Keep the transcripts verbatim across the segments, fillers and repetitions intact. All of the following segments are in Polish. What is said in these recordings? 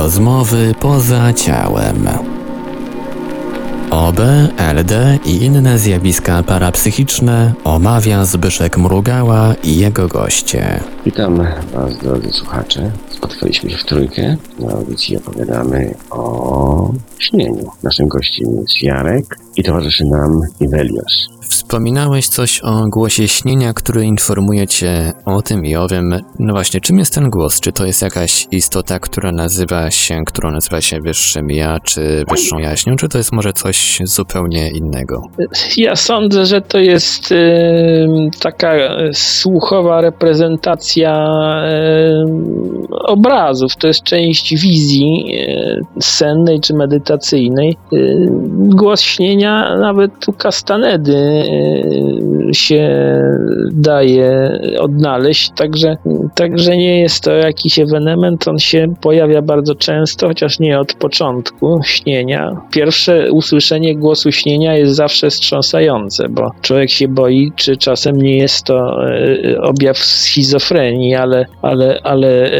Rozmowy poza ciałem. O B, L D i inne zjawiska parapsychiczne omawia Zbyszek Mrugała i jego goście. Witam Was, drodzy słuchacze. Spotkaliśmy się w trójkę. Na audycji opowiadamy o śnieniu. Naszym gościem jest Jarek i towarzyszy nam Ivelios. Wspominałeś coś o głosie śnienia, który informuje cię o tym i owym. No właśnie, czym jest ten głos? Czy to jest jakaś istota, która nazywa się, którą nazywa się wyższym ja, czy wyższą jaźnią, czy to jest może coś zupełnie innego? Ja sądzę, że to jest y, taka słuchowa reprezentacja y, obrazów. To jest część wizji y, sennej czy medytacyjnej. Y, głos śnienia, nawet u Castanedy się daje odnaleźć, także, także nie jest to jakiś ewenement, on się pojawia bardzo często, chociaż nie od początku śnienia. Pierwsze usłyszenie głosu śnienia jest zawsze wstrząsające, bo człowiek się boi, czy czasem nie jest to objaw schizofrenii, ale, ale, ale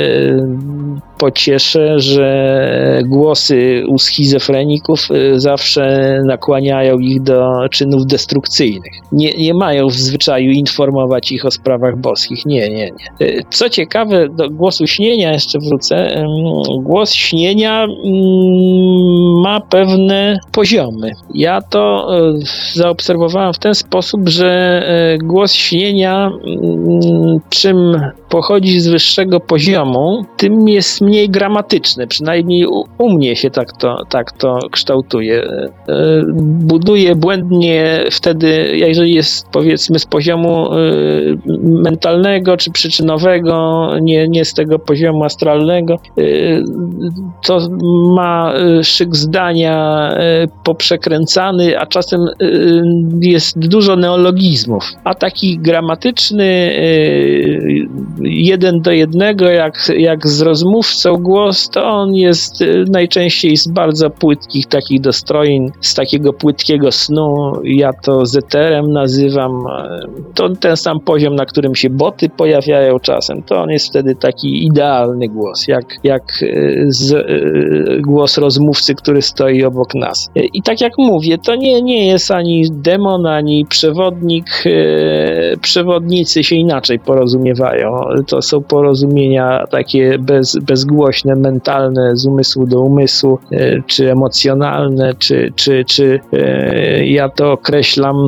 pocieszę, że głosy u schizofreników zawsze nakłaniają ich do czynów destrukcyjnych. Nie, nie mają w zwyczaju informować ich o sprawach boskich. Nie, nie, nie. Co ciekawe, do głosu śnienia jeszcze wrócę. Głos śnienia ma pewne poziomy. Ja to zaobserwowałem w ten sposób, że głos śnienia, czym pochodzi z wyższego poziomu, tym jest mniej gramatyczny. Przynajmniej u, u mnie się tak to, tak to kształtuje. Buduje błędnie wtedy, jeżeli jest, powiedzmy, z poziomu mentalnego czy przyczynowego, nie, nie z tego poziomu astralnego, to ma szyk zdania poprzekręcany, a czasem jest dużo neologizmów. A taki gramatyczny, jeden do jednego, jak, jak z rozmówcą głos, to on jest najczęściej z bardzo płytkich takich dostrojeń, z takiego płytkiego snu. Ja to zeterem nazywam. To ten sam poziom, na którym się boty pojawiają czasem, to on jest wtedy taki idealny głos, jak, jak z, głos rozmówcy, który stoi obok nas. I tak jak mówię, to nie, nie jest ani demon, ani przewodnik. Przewodnicy się inaczej porozumiewają. To są porozumienia takie bez, bezgłośne, mentalne, z umysłu do umysłu, czy emocjonalne, czy, czy, czy ja to określam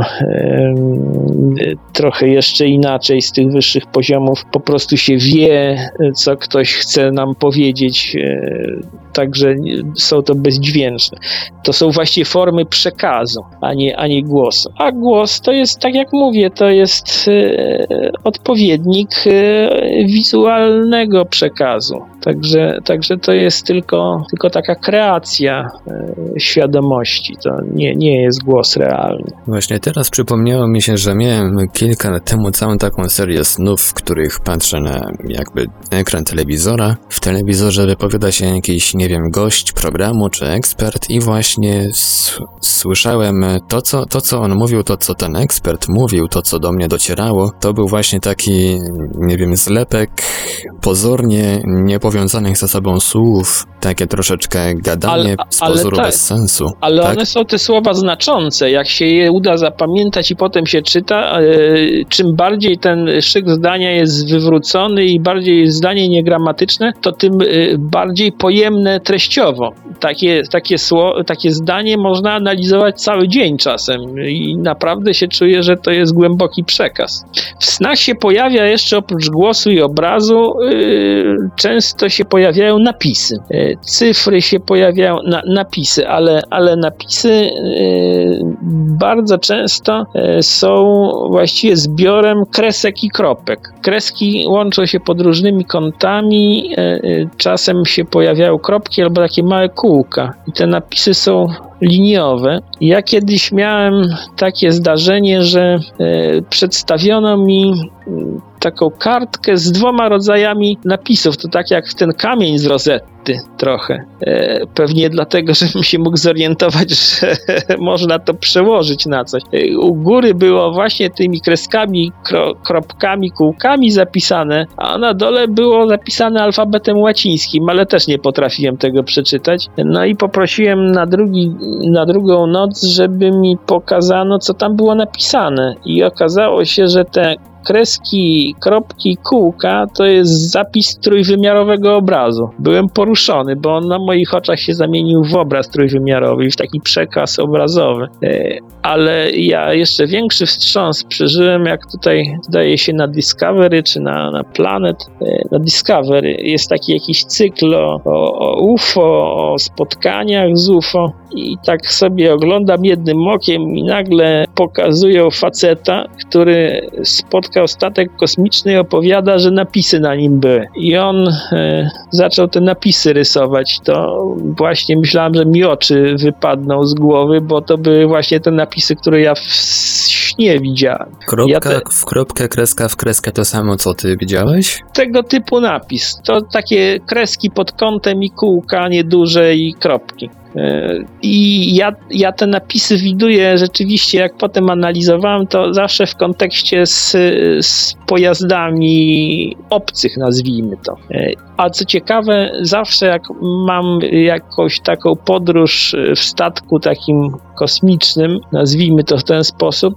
trochę jeszcze inaczej z tych wyższych poziomów. Po prostu się wie, co ktoś chce nam powiedzieć, także są to bezdźwięczne. To są właściwie formy przekazu, a nie, a nie głosu. A głos to jest, tak jak mówię, to jest odpowiednik wizualnego przekazu. Także, także to jest tylko, tylko taka kreacja e, świadomości. To nie, nie jest głos realny. Właśnie teraz przypomniało mi się, że miałem kilka lat temu całą taką serię snów, w których patrzę na jakby ekran telewizora. W telewizorze wypowiada się jakiś, nie wiem, gość programu czy ekspert i właśnie s- słyszałem to co, to, co on mówił, to, co ten ekspert mówił, to, co do mnie docierało. To był właśnie taki, nie wiem, zlepek pozornie niepowiązanych ze sobą słów, takie troszeczkę gadanie ale, z pozoru tak, bez sensu. Ale tak? One są te słowa znaczące, jak się je uda zapamiętać i potem się czyta, yy, czym bardziej ten szyk zdania jest wywrócony i bardziej jest zdanie niegramatyczne, to tym yy, bardziej pojemne treściowo. Takie, takie, sło, takie zdanie można analizować cały dzień czasem i naprawdę się czuje, że to jest głęboki przekaz. W snach się pojawia jeszcze oprócz głosu i obrazu yy, często się pojawiają napisy. Yy, cyfry się pojawiają, na, napisy, ale, ale napisy yy, bardzo często yy, są właściwie zbiorem kresek i kropek. Kreski łączą się pod różnymi kątami, yy, czasem się pojawiają kropki albo takie małe kółka i te napisy są liniowe. Ja kiedyś miałem takie zdarzenie, że y, przedstawiono mi taką kartkę z dwoma rodzajami napisów. To tak jak ten kamień z Rosetty trochę. E, pewnie dlatego, żebym się mógł zorientować, że można to przełożyć na coś. E, u góry było właśnie tymi kreskami, kro, kropkami, kółkami zapisane, a na dole było zapisane alfabetem łacińskim, ale też nie potrafiłem tego przeczytać. No i poprosiłem na, drugi, na drugą noc, żeby mi pokazano, co tam było napisane. I okazało się, że te kreski, kropki, kółka to jest zapis trójwymiarowego obrazu. Byłem poruszony, bo on na moich oczach się zamienił w obraz trójwymiarowy, w taki przekaz obrazowy. Ale ja jeszcze większy wstrząs przeżyłem, jak tutaj zdaje się na Discovery czy na, na Planet. Na Discovery jest taki jakiś cykl o, o U F O, o spotkaniach z U F O i tak sobie oglądam jednym okiem i nagle pokazują faceta, który spotkał statek kosmiczny i opowiada, że napisy na nim były. I on e, zaczął te napisy rysować. To właśnie myślałem, że mi oczy wypadną z głowy, bo to były właśnie te napisy, które ja w śnie widziałem. Kropka ja te, w kropkę, kreska w kreskę to samo, co ty widziałeś? Tego typu napis. To takie kreski pod kątem i kółka nieduże i kropki. I ja, ja te napisy widuję rzeczywiście, jak potem analizowałem, to zawsze w kontekście z, z pojazdami obcych, nazwijmy to. A co ciekawe, zawsze jak mam jakąś taką podróż w statku takim kosmicznym, nazwijmy to w ten sposób,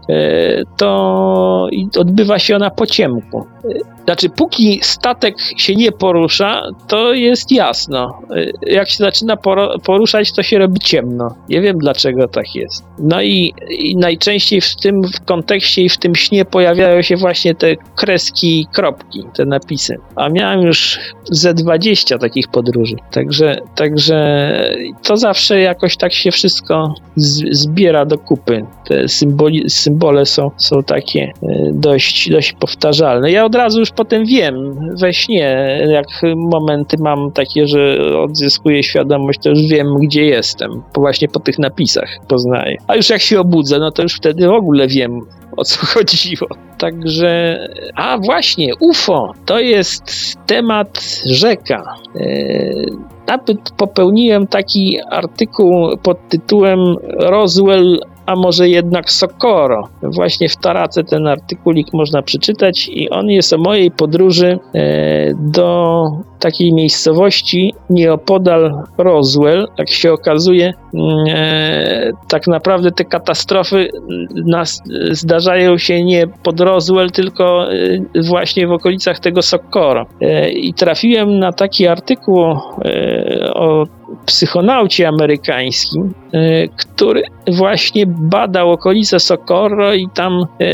to odbywa się ona po ciemku. Znaczy, póki statek się nie porusza, to jest jasno. Jak się zaczyna poruszać, to się robi ciemno. Nie wiem, dlaczego tak jest. No i, i najczęściej w tym w kontekście i w tym śnie pojawiają się właśnie te kreski i kropki, te napisy. A miałem już ze dwadzieścia takich podróży. Także, także to zawsze jakoś tak się wszystko z, zbiera do kupy. Te symboli, symbole są, są takie dość, dość powtarzalne. Ja od razu już potem wiem we śnie, jak momenty mam takie, że odzyskuję świadomość, to już wiem, gdzie jestem. Bo właśnie po tych napisach poznaję. A już jak się obudzę, no to już wtedy w ogóle wiem, o co chodziło. Także, a właśnie, U F O to jest temat rzeka. Yy, nawet popełniłem taki artykuł pod tytułem Roswell, a może jednak Socorro. Właśnie w Tarace ten artykulik można przeczytać i on jest o mojej podróży e, do takiej miejscowości nieopodal Roswell. Jak się okazuje, e, tak naprawdę te katastrofy nas, zdarzają się nie pod Roswell, tylko e, właśnie w okolicach tego Socorro. E, I trafiłem na taki artykuł e, o psychonaucie amerykańskim, e, który właśnie badał okolice Socorro i tam e,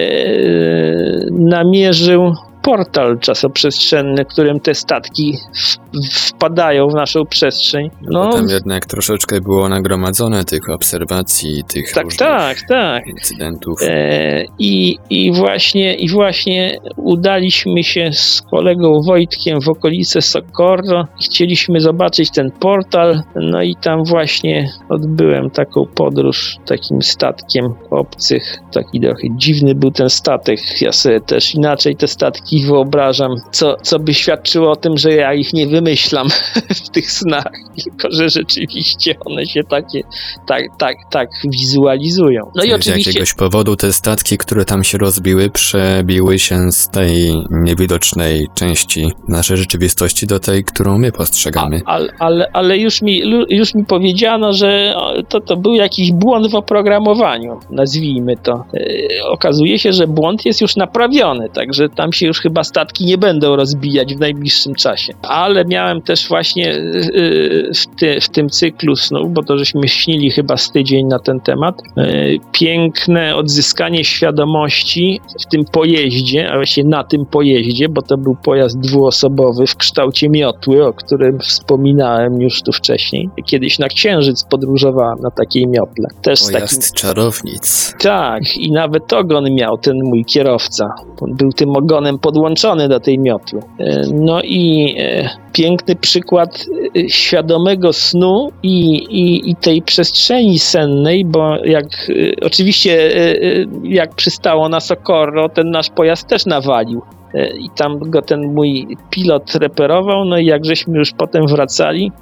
namierzył portal czasoprzestrzenny, którym te statki w, wpadają w naszą przestrzeń. No, tam jednak troszeczkę było nagromadzone tych obserwacji, tych tak, różnych tak, tak. incydentów. E, i, i, właśnie, I właśnie udaliśmy się z kolegą Wojtkiem w okolice Socorro i chcieliśmy zobaczyć ten portal, no i tam właśnie odbyłem taką podróż takim statkiem obcych. Taki trochę dziwny był ten statek. Ja sobie też inaczej te statki wyobrażam, co, co by świadczyło o tym, że ja ich nie wymyślam w tych snach, tylko że rzeczywiście one się takie tak, tak, tak wizualizują. No i oczywiście... Z jakiegoś powodu te statki, które tam się rozbiły, przebiły się z tej niewidocznej części naszej rzeczywistości do tej, którą my postrzegamy. A, ale, ale, ale już mi, już mi powiedziano, że to, to był jakiś błąd w oprogramowaniu, nazwijmy to. Yy, okazuje się, że błąd jest już naprawiony, także tam się już chyba statki nie będą rozbijać w najbliższym czasie. Ale miałem też właśnie yy, w, ty, w tym cyklu snów, bo to żeśmy śnili chyba z tydzień na ten temat, yy, piękne odzyskanie świadomości w tym pojeździe, a właściwie na tym pojeździe, bo to był pojazd dwuosobowy w kształcie miotły, o którym wspominałem już tu wcześniej. Kiedyś na Księżyc podróżowałem na takiej miotle. Też pojazd z takim... czarownic. Tak, i nawet ogon miał ten mój kierowca. On był tym ogonem podłączony do tej miotły. No i e, piękny przykład e, świadomego snu i, i, i tej przestrzeni sennej, bo jak e, oczywiście e, jak przystało na Socorro, ten nasz pojazd też nawalił. i tam go ten mój pilot reperował, no i jak żeśmy już potem wracali,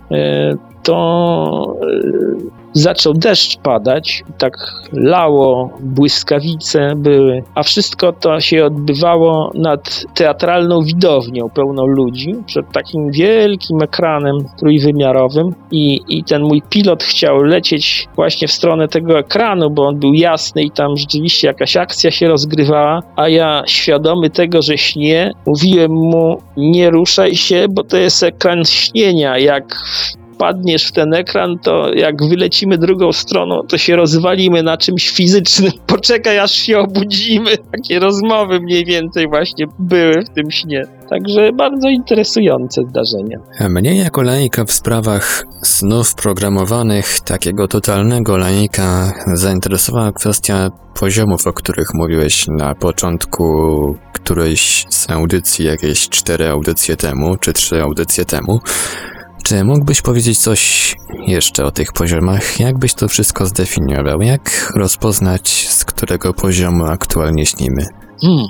to zaczął deszcz padać, tak lało, błyskawice były, a wszystko to się odbywało nad teatralną widownią pełną ludzi, przed takim wielkim ekranem trójwymiarowym i, i ten mój pilot chciał lecieć właśnie w stronę tego ekranu, bo on był jasny i tam rzeczywiście jakaś akcja się rozgrywała, a ja świadomy tego, że śnie, mówiłem mu: nie ruszaj się, bo to jest ekran śnienia, jak padniesz w ten ekran, to jak wylecimy drugą stroną, to się rozwalimy na czymś fizycznym. Poczekaj, aż się obudzimy. Takie rozmowy mniej więcej właśnie były w tym śnie. Także bardzo interesujące zdarzenia. Mnie jako laika w sprawach snów programowanych, takiego totalnego laika, zainteresowała kwestia poziomów, o których mówiłeś na początku którejś z audycji, jakieś cztery audycje temu, czy trzy audycje temu. Czy mógłbyś powiedzieć coś jeszcze o tych poziomach? Jak byś to wszystko zdefiniował? Jak rozpoznać, z którego poziomu aktualnie śnimy? Hmm.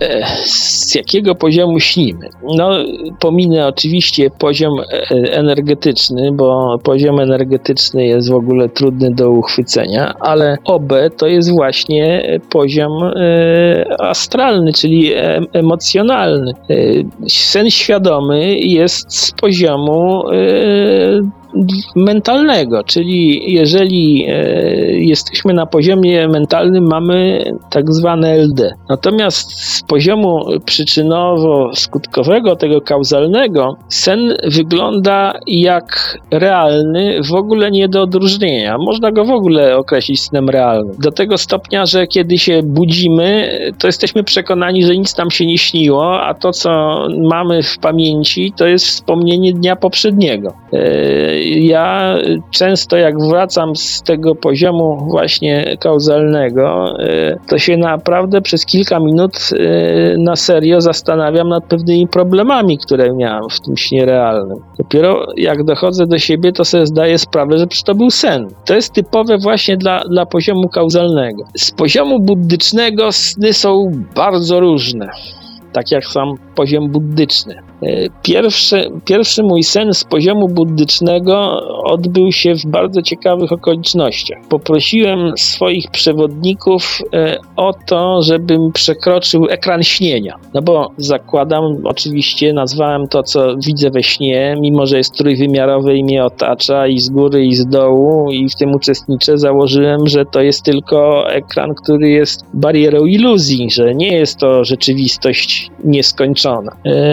Z jakiego poziomu śnimy? No, pominę oczywiście poziom energetyczny, bo poziom energetyczny jest w ogóle trudny do uchwycenia, ale O B to jest właśnie poziom astralny, czyli emocjonalny. Sen świadomy jest z poziomu mentalnego, czyli jeżeli e, jesteśmy na poziomie mentalnym, mamy tak zwane L D. Natomiast z poziomu przyczynowo-skutkowego, tego kauzalnego, sen wygląda jak realny, w ogóle nie do odróżnienia. Można go w ogóle określić snem realnym. Do tego stopnia, że kiedy się budzimy, to jesteśmy przekonani, że nic nam się nie śniło, a to, co mamy w pamięci, to jest wspomnienie dnia poprzedniego. E, Ja często jak wracam z tego poziomu właśnie kauzalnego, to się naprawdę przez kilka minut na serio zastanawiam nad pewnymi problemami, które miałem w tym śnie realnym. Dopiero jak dochodzę do siebie, to sobie zdaję sprawę, że przecież to był sen. To jest typowe właśnie dla, dla poziomu kauzalnego. Z poziomu buddycznego sny są bardzo różne. Tak jak sam poziom buddyczny. Pierwszy, pierwszy mój sen z poziomu buddycznego odbył się w bardzo ciekawych okolicznościach. Poprosiłem swoich przewodników o to, żebym przekroczył ekran śnienia. No bo zakładam, oczywiście nazwałem to, co widzę we śnie, mimo że jest trójwymiarowe i mnie otacza i z góry i z dołu i w tym uczestniczę, założyłem, że to jest tylko ekran, który jest barierą iluzji, że nie jest to rzeczywistość nieskończona.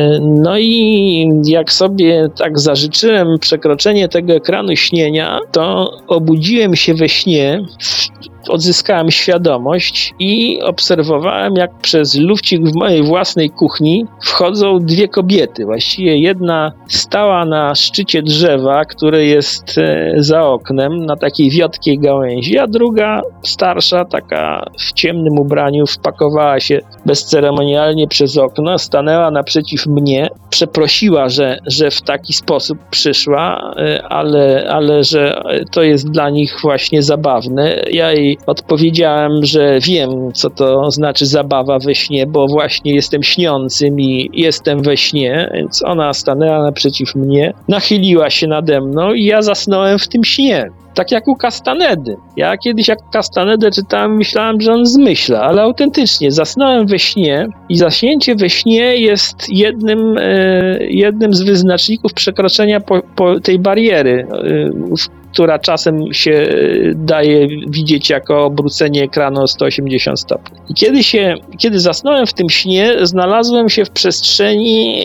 No i jak sobie tak zażyczyłem przekroczenie tego ekranu śnienia, to obudziłem się we śnie, odzyskałem świadomość i obserwowałem, jak przez lufcik w mojej własnej kuchni wchodzą dwie kobiety. Właściwie jedna stała na szczycie drzewa, które jest za oknem, na takiej wiotkiej gałęzi, a druga, starsza, taka w ciemnym ubraniu, wpakowała się bezceremonialnie przez okno, stanęła naprzeciw mnie, przeprosiła, że, że w taki sposób przyszła, ale, ale że to jest dla nich właśnie zabawne. Ja jej odpowiedziałem, że wiem, co to znaczy zabawa we śnie, bo właśnie jestem śniącym i jestem we śnie, więc ona stanęła naprzeciw mnie, nachyliła się nade mną i ja zasnąłem w tym śnie. Tak jak u Castanedy. Ja kiedyś jak Castanedę czytałem, myślałem, że on zmyśla, ale autentycznie zasnąłem we śnie i zaśnięcie we śnie jest jednym, e, jednym z wyznaczników przekroczenia po, po tej bariery, e, która czasem się daje widzieć jako obrócenie ekranu o sto osiemdziesiąt stopni. I kiedy, się, kiedy zasnąłem w tym śnie, znalazłem się w przestrzeni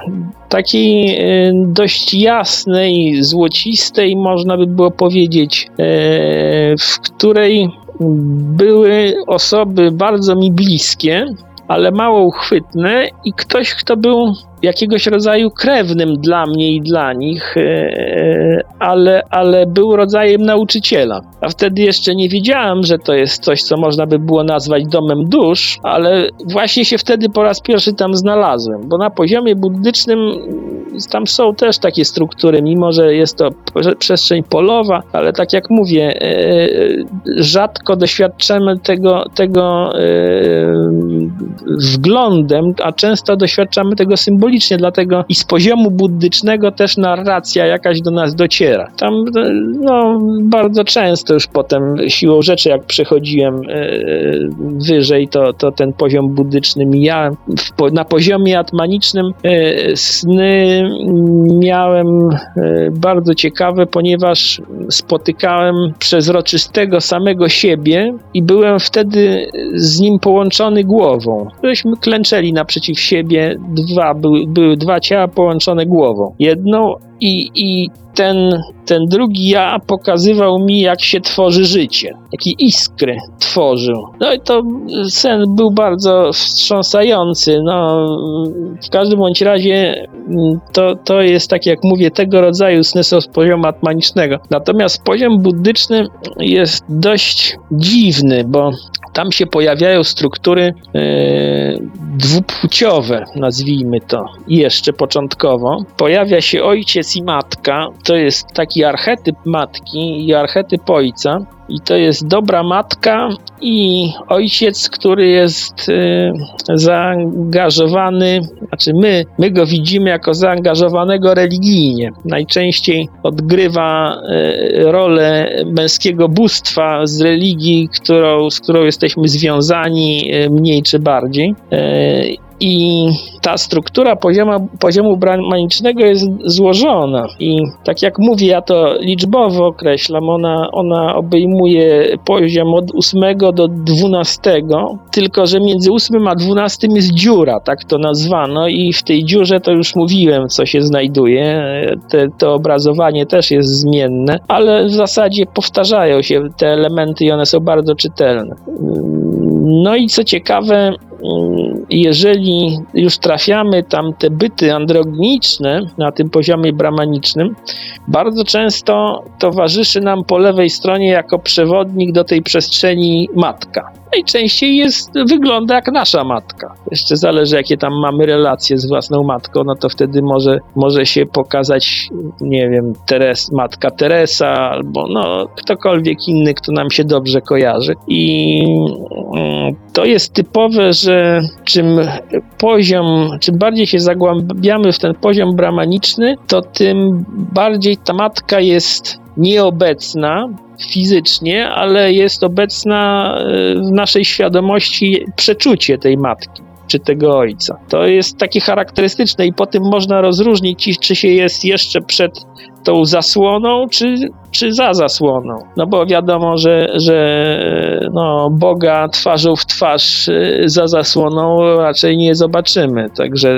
takiej dość jasnej, złocistej, można by było powiedzieć, w której były osoby bardzo mi bliskie, ale mało uchwytne i ktoś, kto był jakiegoś rodzaju krewnym dla mnie i dla nich, ale, ale był rodzajem nauczyciela. A wtedy jeszcze nie wiedziałem, że to jest coś, co można by było nazwać domem dusz, ale właśnie się wtedy po raz pierwszy tam znalazłem, bo na poziomie buddycznym tam są też takie struktury, mimo że jest to przestrzeń polowa, ale tak jak mówię, rzadko doświadczamy tego, tego wglądem, a często doświadczamy tego symbolicznie, dlatego i z poziomu buddycznego też narracja jakaś do nas dociera. Tam no, bardzo często już potem siłą rzeczy, jak przechodziłem wyżej, to, to ten poziom buddyczny mijałem. W, na poziomie atmanicznym sny miałem bardzo ciekawe, ponieważ spotykałem przezroczystego samego siebie i byłem wtedy z nim połączony głową. Żeśmy klęczeli naprzeciw siebie, dwa, były, były dwa ciała połączone głową. Jedną i, i ten, ten drugi ja pokazywał mi, jak się tworzy życie. Jakie iskry tworzył. No i to sen był bardzo wstrząsający. No, w każdym bądź razie to, to jest, tak jak mówię, tego rodzaju sny są z poziomu atmanicznego. Natomiast poziom buddyczny jest dość dziwny, bo tam się pojawiają struktury yy, dwupłciowe, nazwijmy to, jeszcze początkowo. Pojawia się ojciec i matka, to jest taki archetyp matki i archetyp ojca. I to jest dobra matka i ojciec, który jest y, zaangażowany, znaczy my, my go widzimy jako zaangażowanego religijnie. Najczęściej odgrywa y, rolę męskiego bóstwa z religii, którą, z którą jesteśmy związani y, mniej czy bardziej. Y, I ta struktura poziomu, poziomu brahmanicznego jest złożona i tak jak mówię, ja to liczbowo określam, ona, ona obejmuje poziom od ósmego do dwunastego, tylko że między ósmym a dwunastym jest dziura, tak to nazwano i w tej dziurze to już mówiłem, co się znajduje, te, to obrazowanie też jest zmienne, ale w zasadzie powtarzają się te elementy i one są bardzo czytelne. No i co ciekawe, jeżeli już trafiamy tam te byty androginiczne na tym poziomie brahmanicznym, bardzo często towarzyszy nam po lewej stronie jako przewodnik do tej przestrzeni matka. Najczęściej jest, wygląda jak nasza matka. Jeszcze zależy, jakie tam mamy relacje z własną matką, no to wtedy może, może się pokazać, nie wiem, Teres, matka Teresa albo no, ktokolwiek inny, kto nam się dobrze kojarzy. I mm, to jest typowe, że czym poziom, czym bardziej się zagłębiamy w ten poziom brahmaniczny, to tym bardziej ta matka jest nieobecna fizycznie, ale jest obecna w naszej świadomości przeczucie tej matki czy tego ojca. To jest takie charakterystyczne i po tym można rozróżnić, czy się jest jeszcze przed tą zasłoną, czy, czy za zasłoną. No bo wiadomo, że, że no, Boga twarzą w twarz za zasłoną raczej nie zobaczymy, także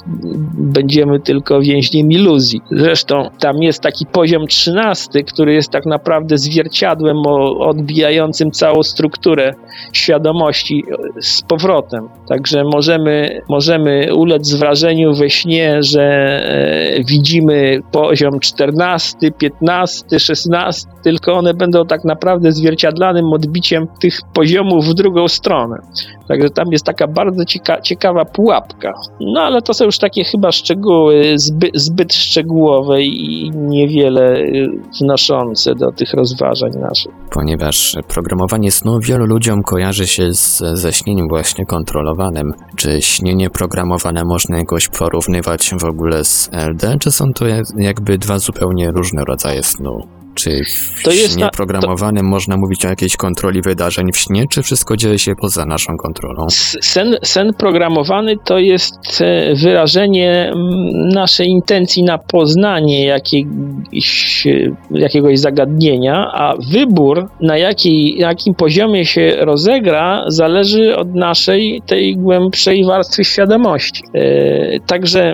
będziemy tylko więźniem iluzji. Zresztą tam jest taki poziom trzynasty, który jest tak naprawdę zwierciadłem odbijającym całą strukturę świadomości z powrotem. Także możemy, możemy ulec wrażeniu we śnie, że e, widzimy poziom czternasty, piętnasty, szesnasty, tylko one będą tak naprawdę zwierciadlanym odbiciem tych poziomów w drugą stronę. Także tam jest taka bardzo cieka- ciekawa pułapka. No ale to są już takie chyba szczegóły zbyt, zbyt szczegółowe i niewiele wnoszące do tych rozważań naszych. Ponieważ programowanie snu wielu ludziom kojarzy się z, ze śnieniem właśnie kontrolowanym. Czy śnienie programowane można jakoś porównywać w ogóle z L D, czy są to jakby dwa zupełnie różne rodzaje snu? Czy w to jest śnie na, programowanym to... można mówić o jakiejś kontroli wydarzeń w śnie, czy wszystko dzieje się poza naszą kontrolą? Sen, sen programowany to jest wyrażenie naszej intencji na poznanie jakiegoś, jakiegoś zagadnienia, a wybór, na jakiej, jakim poziomie się rozegra, zależy od naszej tej głębszej warstwy świadomości. Yy, także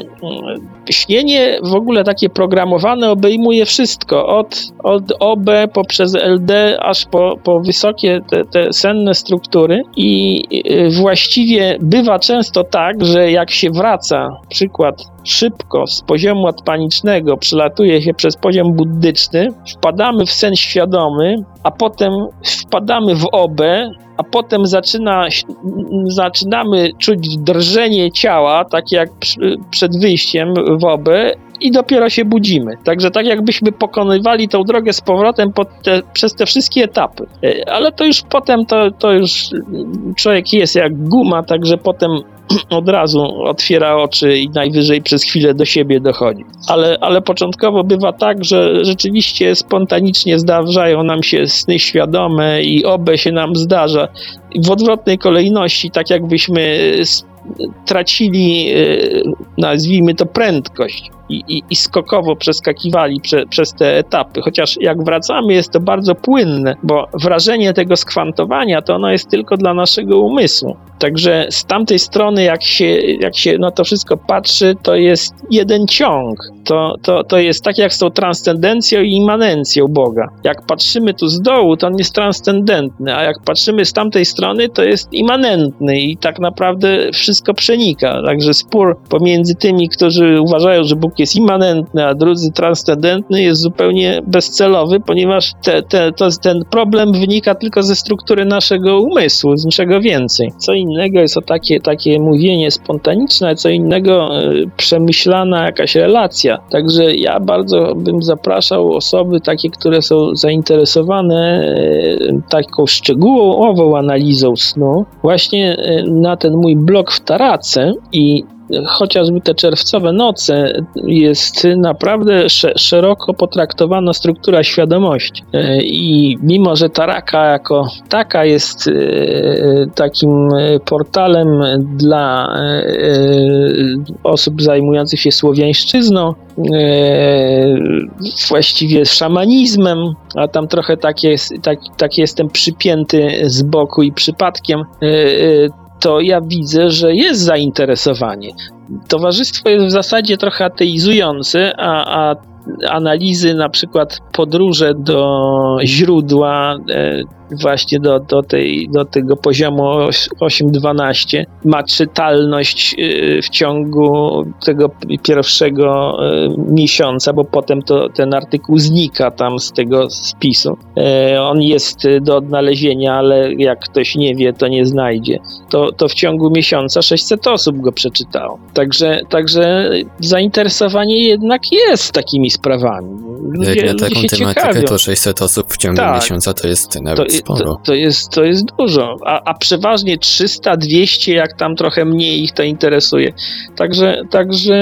śnienie w ogóle takie programowane obejmuje wszystko, od, od O B poprzez L D aż po, po wysokie te, te senne struktury i właściwie bywa często tak, że jak się wraca, przykład szybko z poziomu atmanicznego przelatuje się przez poziom buddyczny, wpadamy w sen świadomy, a potem wpadamy w obę, a potem zaczyna, zaczynamy czuć drżenie ciała, tak jak przy, przed wyjściem w obę, i dopiero się budzimy. Także tak jakbyśmy pokonywali tą drogę z powrotem pod te, przez te wszystkie etapy. Ale to już potem, to, to już człowiek jest jak guma, także potem od razu otwiera oczy i najwyżej przez chwilę do siebie dochodzi. Ale, ale początkowo bywa tak, że rzeczywiście spontanicznie zdarzają nam się sny świadome i obie się nam zdarza w odwrotnej kolejności, tak jakbyśmy tracili, nazwijmy to, prędkość i, i, i skokowo przeskakiwali prze, przez te etapy. Chociaż jak wracamy, jest to bardzo płynne, bo wrażenie tego skwantowania to ono jest tylko dla naszego umysłu. Także z tamtej strony, jak się, jak się na to wszystko patrzy, to jest jeden ciąg. To, to, to jest tak jak z tą transcendencją i immanencją Boga. Jak patrzymy tu z dołu, to on jest transcendentny, a jak patrzymy z tamtej strony, to jest immanentny i tak naprawdę wszystko przenika. Także spór pomiędzy tymi, którzy uważają, że Bóg jest immanentny, a drudzy transcendentny, jest zupełnie bezcelowy, ponieważ te, te, to, ten problem wynika tylko ze struktury naszego umysłu, z niczego więcej. Co innego jest to takie, takie mówienie spontaniczne, a co innego y, przemyślana jakaś relacja. Także ja bardzo bym zapraszał osoby takie, które są zainteresowane y, taką szczegółową analizą snu, właśnie y, na ten mój blog w Tarace i chociażby te czerwcowe noce jest naprawdę szeroko potraktowana struktura świadomości. I mimo, że Taraka jako taka jest takim portalem dla osób zajmujących się słowiańszczyzną, właściwie szamanizmem, a tam trochę tak, jest, tak, tak jestem przypięty z boku i przypadkiem, to ja widzę, że jest zainteresowanie. Towarzystwo jest w zasadzie trochę ateizujące, a, a analizy, na przykład podróże do źródła, e, właśnie do, do, tej, do tego poziomu osiem dwanaście, ma czytalność e, w ciągu tego pierwszego e, miesiąca, bo potem to, ten artykuł znika tam z tego spisu. E, on jest do odnalezienia, ale jak ktoś nie wie, to nie znajdzie. To, to w ciągu miesiąca sześćset osób go przeczytało. Także, także zainteresowanie jednak jest takimi sprawami. Ludzie, Jak na taką tematykę, ciekawią. to sześćset osób w ciągu tak. miesiąca to jest nawet To, sporo. to, to, jest, to jest dużo, a, a przeważnie trzysta dwieście, jak tam trochę mniej ich to interesuje. Także, także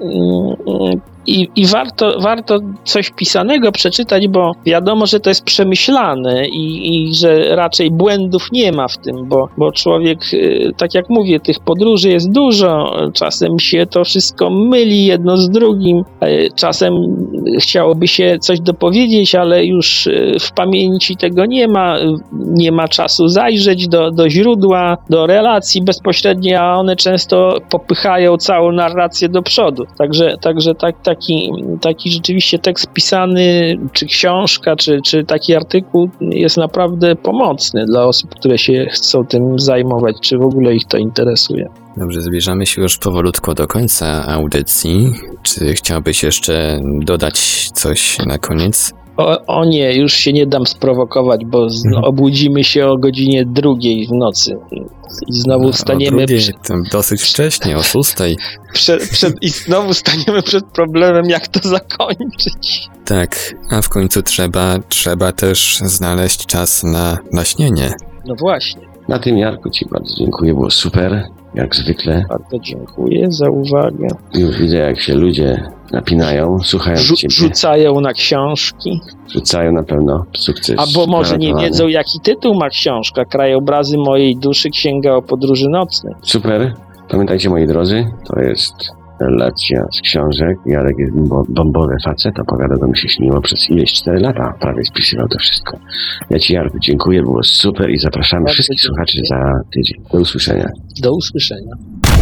mm, i, i warto, warto coś pisanego przeczytać, bo wiadomo, że to jest przemyślane i, i że raczej błędów nie ma w tym, bo, bo człowiek, tak jak mówię, tych podróży jest dużo, czasem się to wszystko myli jedno z drugim, czasem chciałoby się coś dopowiedzieć, ale już w pamięci tego nie ma, nie ma czasu zajrzeć do, do źródła, do relacji bezpośrednio, a one często popychają całą narrację do przodu. Także, także tak, taki, taki rzeczywiście tekst pisany, czy książka, czy, czy taki artykuł jest naprawdę pomocny dla osób, które się chcą tym zajmować, czy w ogóle ich to interesuje. Dobrze, zbliżamy się już powolutku do końca audycji. Czy chciałbyś jeszcze dodać coś na koniec? O, o nie, już się nie dam sprowokować, bo z, no, obudzimy się o godzinie drugiej w nocy i znowu no, staniemy... O drugiej, przy, to dosyć wcześnie, o szóstej. Przed, przed, I znowu staniemy przed problemem, jak to zakończyć. Tak, a w końcu trzeba, trzeba też znaleźć czas na, na śnienie. No właśnie. Na tym, Jarku, ci bardzo dziękuję, było super, jak zwykle. Bardzo dziękuję za uwagę. Już widzę, jak się ludzie napinają, słuchają Rzu- ciebie, rzucają na książki. rzucają na pewno sukces. Albo może nie gwarantowany. wiedzą, jaki tytuł ma książka. Krajobrazy mojej duszy, księga o podróży nocnej. Super. Pamiętajcie, moi drodzy, to jest relacja z książek. Jarek jest bombo- bombowy facet, opowiada, to mi się śniło przez ileś cztery lata. Prawie spisywał to wszystko. Ja ci, Jarku, dziękuję, było super i zapraszamy Bardzo wszystkich dziękuję. słuchaczy za tydzień. Do usłyszenia. Do usłyszenia.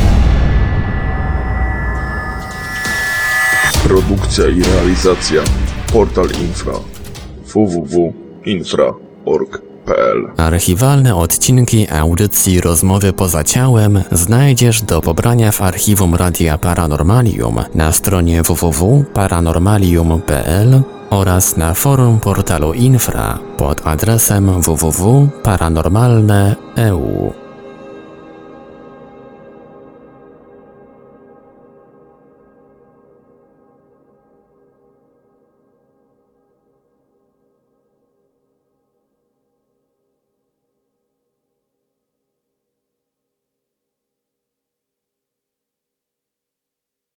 Produkcja i realizacja Portal Infra w w w kropka infra kropka org kropka kropka p l. Archiwalne odcinki audycji Rozmowy poza ciałem znajdziesz do pobrania w archiwum Radia Paranormalium na stronie w w w kropka paranormalium kropka p l oraz na forum portalu Infra pod adresem w w w kropka paranormalne kropka e u.